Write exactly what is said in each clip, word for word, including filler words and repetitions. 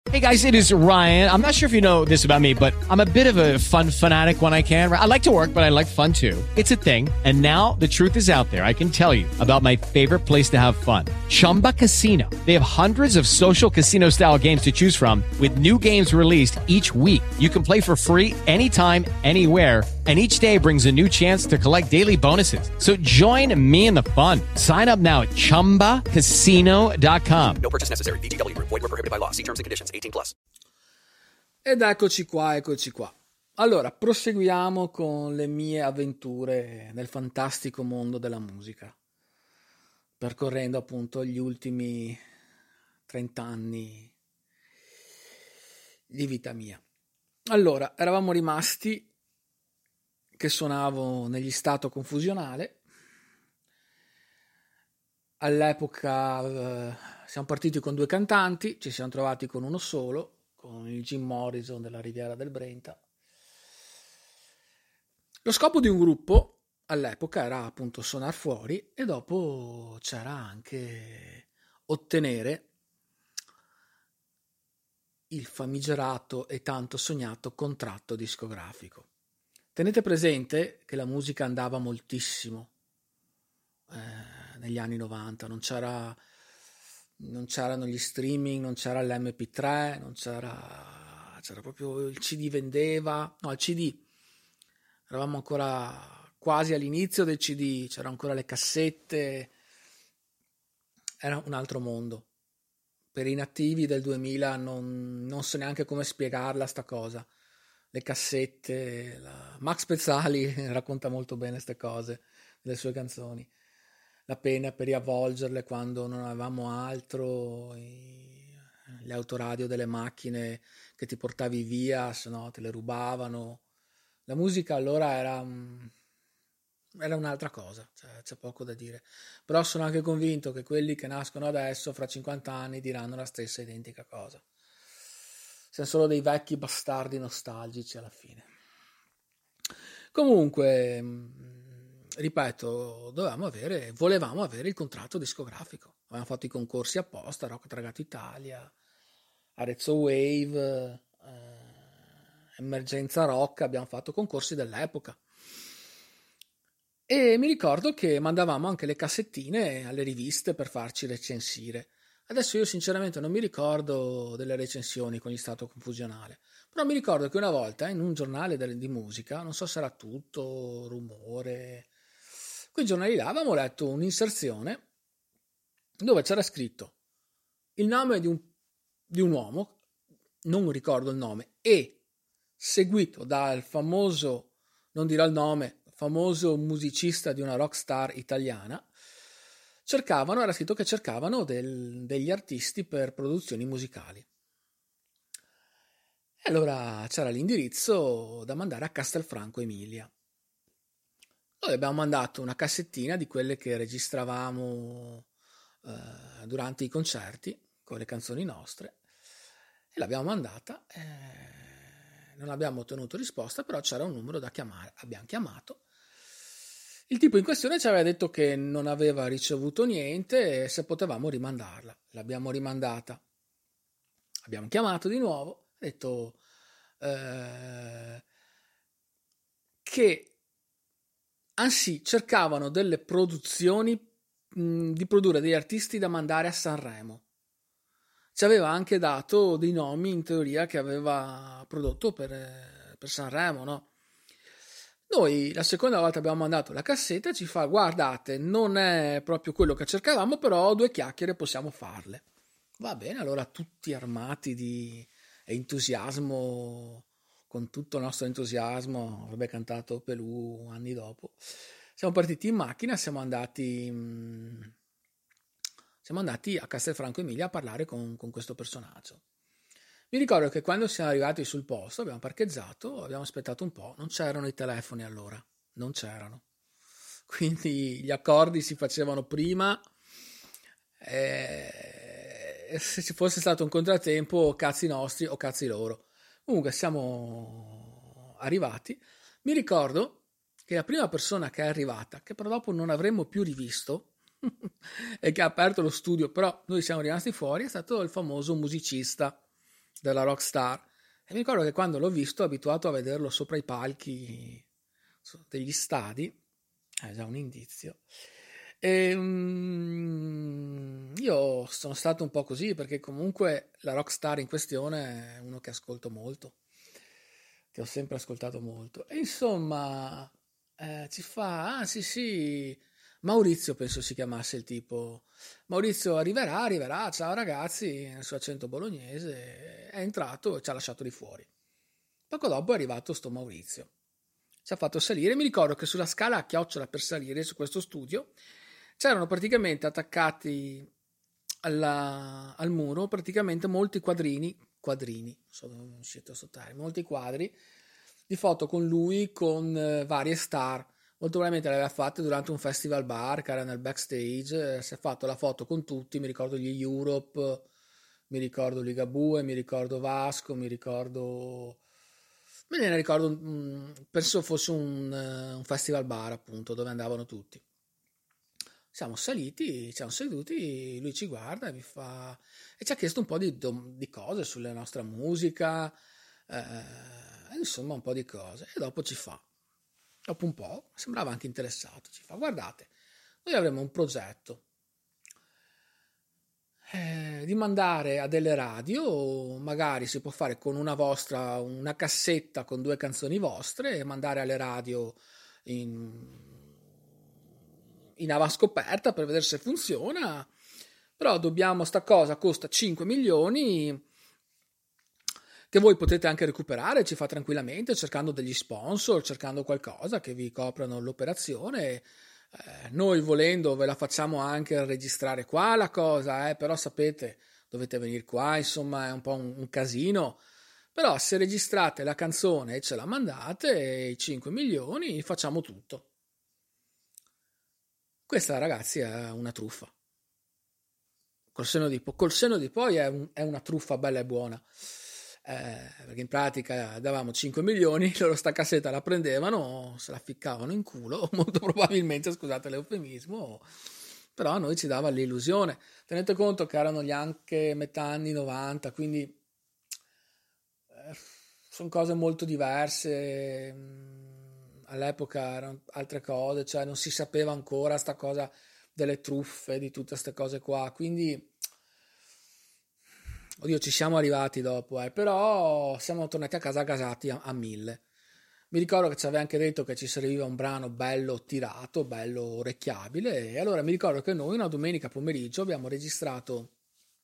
Hey guys, it is Ryan. I'm not sure if you know this about me, but I'm a bit of a fun fanatic when I can. I like to work, but I like fun too. It's a thing. And now the truth is out there. I can tell you about my favorite place to have fun. Chumba Casino. They have hundreds of social casino style games to choose from with new games released each week. You can play for free anytime, anywhere. And each day brings a new chance to collect daily bonuses. So join me in the fun. Sign up now at chumba casino dot com. No purchase necessary. V G W. Void where prohibited by law. See terms and conditions. eighteen plus. Ed eccoci qua, eccoci qua. Allora, proseguiamo con le mie avventure nel fantastico mondo della musica, percorrendo appunto gli ultimi trenta anni di vita mia. Allora, eravamo rimasti che suonavo negli Stato Confusionale. All'epoca eh, siamo partiti con due cantanti, ci siamo trovati con uno solo, con il Jim Morrison della Riviera del Brenta. Lo scopo di un gruppo all'epoca era appunto suonar fuori e dopo c'era anche ottenere il famigerato e tanto sognato contratto discografico. Tenete presente che la musica andava moltissimo eh, negli anni novanta, non c'era non c'erano gli streaming, non c'era l'emme pi tre, non c'era c'era proprio il ci di vendeva, no, il ci di eravamo ancora quasi all'inizio del ci di, c'erano ancora le cassette, era un altro mondo. Per i nativi del duemila non, non so neanche come spiegarla sta cosa. Le cassette, la... Max Pezzali racconta molto bene queste cose, le sue canzoni. La pena per riavvolgerle quando non avevamo altro, i... le autoradio delle macchine che ti portavi via, se no te le rubavano. La musica allora era, era un'altra cosa, cioè, c'è poco da dire. Però sono anche convinto che quelli che nascono adesso, fra cinquanta anni, diranno la stessa identica cosa. Siamo solo dei vecchi bastardi nostalgici alla fine. Comunque, ripeto, dovevamo avere, volevamo avere il contratto discografico. Avevamo fatto i concorsi apposta, Rock Tragato Italia, Arezzo Wave, eh, Emergenza Rock, abbiamo fatto concorsi dell'epoca. E mi ricordo che mandavamo anche le cassettine alle riviste per farci recensire. Adesso io sinceramente non mi ricordo delle recensioni con gli Stato Confusionale, però mi ricordo che una volta in un giornale di musica, non so se era Tutto, Rumore, quei giornali là avevamo letto un'inserzione dove c'era scritto il nome di un, di un uomo, non ricordo il nome, e seguito dal famoso, non dirò il nome, famoso musicista di una rockstar italiana. Cercavano, era scritto che cercavano del, degli artisti per produzioni musicali. E allora c'era l'indirizzo da mandare a Castelfranco Emilia. Noi abbiamo mandato una cassettina di quelle che registravamo eh, durante i concerti con le canzoni nostre e l'abbiamo mandata. Eh, non abbiamo ottenuto risposta, però c'era un numero da chiamare. Abbiamo chiamato. Il tipo in questione ci aveva detto che non aveva ricevuto niente e se potevamo rimandarla. L'abbiamo rimandata. Abbiamo chiamato di nuovo, detto eh, che anzi cercavano delle produzioni, mh, di produrre degli artisti da mandare a Sanremo. Ci aveva anche dato dei nomi in teoria che aveva prodotto per, per Sanremo, no? Noi la seconda volta abbiamo mandato la cassetta, ci fa guardate, non è proprio quello che cercavamo, però due chiacchiere possiamo farle. Va bene, allora tutti armati di entusiasmo, con tutto il nostro entusiasmo, avrebbe cantato Pelù anni dopo, siamo partiti in macchina, siamo andati, mh, siamo andati a Castelfranco Emilia a parlare con, con questo personaggio. Mi ricordo che quando siamo arrivati sul posto, abbiamo parcheggiato, abbiamo aspettato un po', non c'erano i telefoni allora, non c'erano. Quindi gli accordi si facevano prima, e se ci fosse stato un contrattempo, cazzi nostri o cazzi loro. Comunque siamo arrivati. Mi ricordo che la prima persona che è arrivata, che però dopo non avremmo più rivisto, e che ha aperto lo studio, però noi siamo rimasti fuori, è stato il famoso musicista della Rockstar, e mi ricordo che quando l'ho visto, abituato a vederlo sopra i palchi degli stadi, è già un indizio, e, um, io sono stato un po' così, perché comunque la Rockstar in questione è uno che ascolto molto, che ho sempre ascoltato molto, e insomma eh, ci fa, ah sì sì, Maurizio penso si chiamasse il tipo, Maurizio arriverà, arriverà, ciao ragazzi, nel suo accento bolognese, è entrato e ci ha lasciato di fuori. Poco dopo è arrivato sto Maurizio, ci ha fatto salire, mi ricordo che sulla scala a chiocciola per salire su questo studio c'erano praticamente attaccati alla, al muro praticamente molti quadrini, quadrini, non so dove è uscito sto termine, molti quadri di foto con lui, con eh, varie star. Molto probabilmente le aveva fatte durante un festival bar che era nel backstage, eh, si è fatto la foto con tutti, mi ricordo gli Europe, mi ricordo Ligabue, mi ricordo Vasco, mi ricordo... me ne ricordo, mh, penso fosse un, uh, un festival bar appunto, dove andavano tutti. Siamo saliti, ci siamo seduti, lui ci guarda e mi fa... e ci ha chiesto un po' di, di cose sulla nostra musica, eh, insomma un po' di cose, e dopo ci fa, dopo un po', sembrava anche interessato, ci fa, guardate, noi avremo un progetto eh, di mandare a delle radio, magari si può fare con una vostra, una cassetta con due canzoni vostre e mandare alle radio in, in ava scoperta per vedere se funziona, però dobbiamo, sta cosa costa cinque milioni che voi potete anche recuperare, ci fa tranquillamente, cercando degli sponsor, cercando qualcosa che vi coprano l'operazione. Eh, noi volendo ve la facciamo anche registrare qua la cosa, eh, però sapete, dovete venire qua, insomma è un po' un, un casino, però se registrate la canzone e ce la mandate, i cinque milioni, facciamo tutto. Questa ragazzi è una truffa. Col seno di, col seno di poi è, un, è una truffa bella e buona. Eh, perché in pratica davamo cinque milioni, loro sta cassetta la prendevano, se la ficcavano in culo, molto probabilmente, scusate l'eufemismo, però a noi ci dava l'illusione. Tenete conto che erano gli anche metà anni novanta, quindi eh, sono cose molto diverse, all'epoca erano altre cose, cioè non si sapeva ancora sta cosa delle truffe, di tutte queste cose qua, quindi oddio, ci siamo arrivati dopo, eh, però siamo tornati a casa gasati a, a mille. Mi ricordo che ci aveva anche detto che ci serviva un brano bello tirato, bello orecchiabile, e allora mi ricordo che noi una domenica pomeriggio abbiamo registrato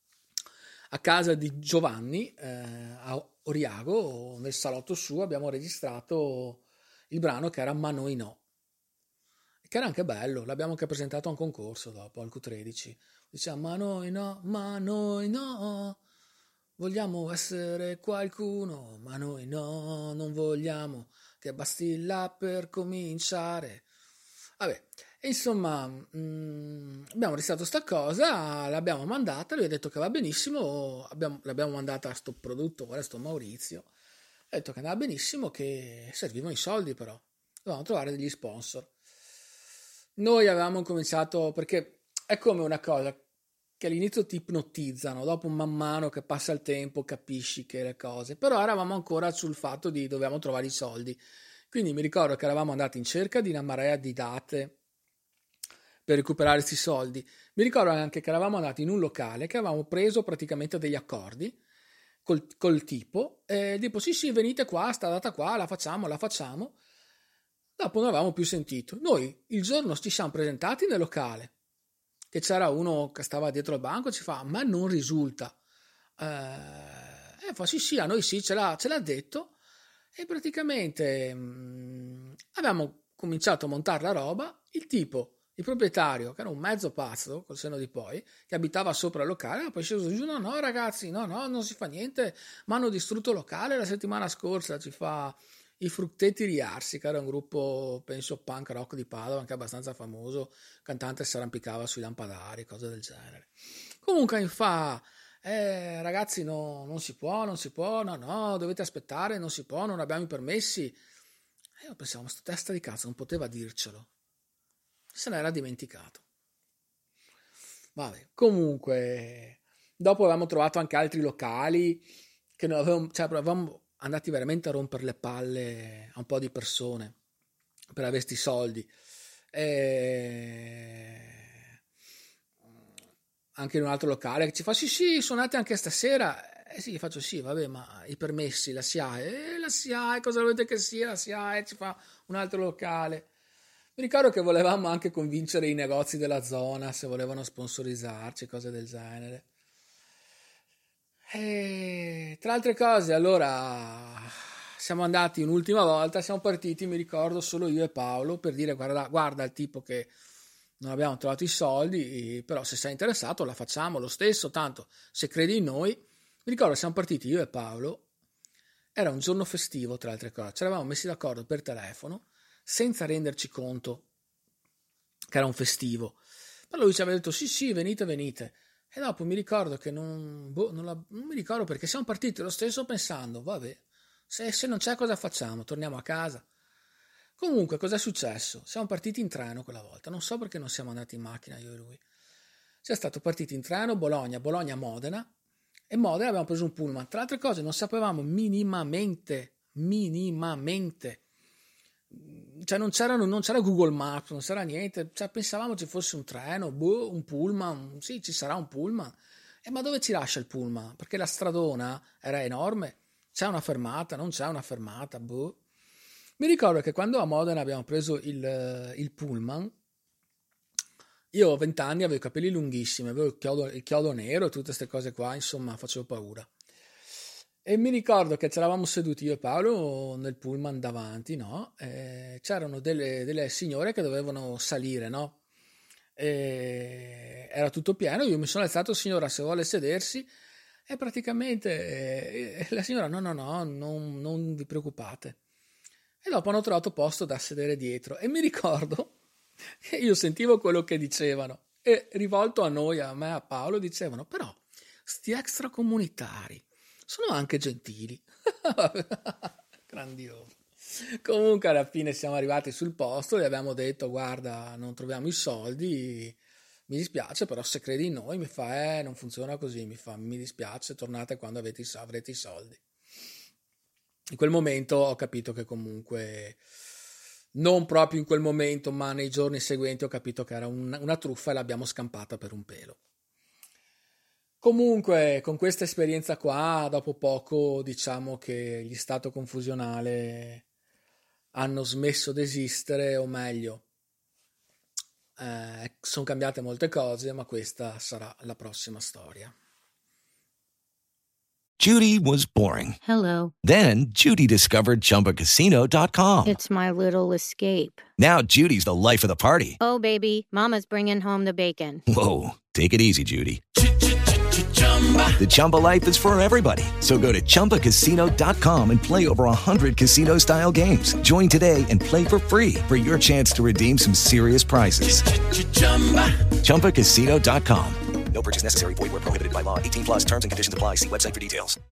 a casa di Giovanni, eh, a Oriago, nel salotto suo, abbiamo registrato il brano che era Ma noi no, che era anche bello, l'abbiamo anche presentato a un concorso dopo, al Q tredici. Diceva ma noi no, ma noi no, vogliamo essere qualcuno, ma noi no, non vogliamo che basti là per cominciare. Vabbè, insomma, mh, abbiamo registrato sta cosa, l'abbiamo mandata, lui ha detto che va benissimo, abbiamo, l'abbiamo mandata a sto produttore, a sto Maurizio, ha detto che andava benissimo, che servivano i soldi però, dovevamo trovare degli sponsor. Noi avevamo cominciato, perché è come una cosa che all'inizio ti ipnotizzano, dopo man mano che passa il tempo capisci che le cose, però eravamo ancora sul fatto di dovevamo trovare i soldi, quindi mi ricordo che eravamo andati in cerca di una marea di date per recuperare questi soldi. Mi ricordo anche che eravamo andati in un locale che avevamo preso praticamente degli accordi col, col tipo, e tipo sì sì venite qua, sta data qua, la facciamo, la facciamo. Dopo non avevamo più sentito. Noi il giorno ci siamo presentati nel locale, che c'era uno che stava dietro al banco, ci fa, ma non risulta. Eh, e fa, sì, sì, a noi sì, ce l'ha, ce l'ha detto. E praticamente mh, avevamo cominciato a montare la roba. Il tipo, il proprietario, che era un mezzo pazzo, col senno di poi, che abitava sopra il locale, poi è sceso giù, no, no, ragazzi, no, no, non si fa niente, ma hanno distrutto il locale la settimana scorsa, ci fa... I Fructetti Riarsi, che era un gruppo, penso, punk rock di Padova, anche abbastanza famoso, il cantante si arrampicava sui lampadari, cose del genere. Comunque mi fa, eh, ragazzi, no, non si può, non si può, no, no, dovete aspettare, non si può, non abbiamo i permessi. E io pensavo, ma sto testa di cazzo non poteva dircelo. Se n'era dimenticato. Vabbè, comunque, dopo avevamo trovato anche altri locali, che non avevamo, cioè eravamo andati veramente a rompere le palle a un po' di persone per avere sti soldi. E anche in un altro locale che ci fa sì sì suonate anche stasera, e eh sì, faccio sì vabbè, ma i permessi, la S I A E, eh, la S I A E cosa volete che sia la S I A E, ci fa un altro locale. Mi ricordo che volevamo anche convincere i negozi della zona se volevano sponsorizzarci, cose del genere. E tra altre cose, allora siamo andati un'ultima volta, siamo partiti, mi ricordo, solo io e Paolo, per dire guarda, guarda il tipo che non abbiamo trovato i soldi, però se sei interessato la facciamo lo stesso, tanto se credi in noi. Mi ricordo siamo partiti io e Paolo, era un giorno festivo tra altre cose, ci eravamo messi d'accordo per telefono senza renderci conto che era un festivo, ma lui ci aveva detto sì sì venite venite, e dopo mi ricordo che non, boh, non, la, non mi ricordo perché siamo partiti lo stesso pensando vabbè, se, se non c'è cosa facciamo, torniamo a casa. Comunque cosa è successo? Siamo partiti in treno quella volta, non so perché non siamo andati in macchina io e lui, siamo stati partiti in treno Bologna, Bologna-Modena, e Modena abbiamo preso un pullman. Tra altre cose non sapevamo minimamente minimamente cioè non c'erano, non c'era Google Maps, non c'era niente, cioè pensavamo ci fosse un treno, boh, un pullman, sì ci sarà un pullman, e ma dove ci lascia il pullman? Perché la stradona era enorme, c'è una fermata, non c'è una fermata, boh. Mi ricordo che quando a Modena abbiamo preso il, il pullman, io ho vent'anni, avevo i capelli lunghissimi, avevo il chiodo, il chiodo nero e tutte queste cose qua, insomma facevo paura. E mi ricordo che c'eravamo seduti io e Paolo nel pullman davanti, no? E c'erano delle, delle signore che dovevano salire, no? E era tutto pieno, io mi sono alzato, signora se vuole sedersi, e praticamente eh, la signora no no no, non, non vi preoccupate. E dopo hanno trovato posto da sedere dietro, e mi ricordo che io sentivo quello che dicevano, e rivolto a noi, a me, a Paolo, dicevano però sti extracomunitari sono anche gentili. Grandioso. Comunque alla fine siamo arrivati sul posto e abbiamo detto guarda non troviamo i soldi, mi dispiace, però se credi in noi. Mi fa eh non funziona così, mi fa mi dispiace, tornate quando avete i, avrete i soldi. In quel momento ho capito che comunque, non proprio in quel momento ma nei giorni seguenti, ho capito che era un, una truffa e l'abbiamo scampata per un pelo. Comunque, con questa esperienza qua, dopo poco, diciamo che gli stato confusionale hanno smesso di esistere, o meglio, eh, sono cambiate molte cose, ma questa sarà la prossima storia. Judy was boring. Hello. Then Judy discovered Chumba Casino dot com. It's my little escape. Now Judy's the life of the party. Oh, baby, mama's bringing home the bacon. Whoa, take it easy, Judy. The Chumba life is for everybody. So go to Chumba Casino dot com and play over one hundred casino-style games. Join today and play for free for your chance to redeem some serious prizes. Chumba Casino dot com. No purchase necessary. Void where prohibited by law. eighteen plus terms and conditions apply. See website for details.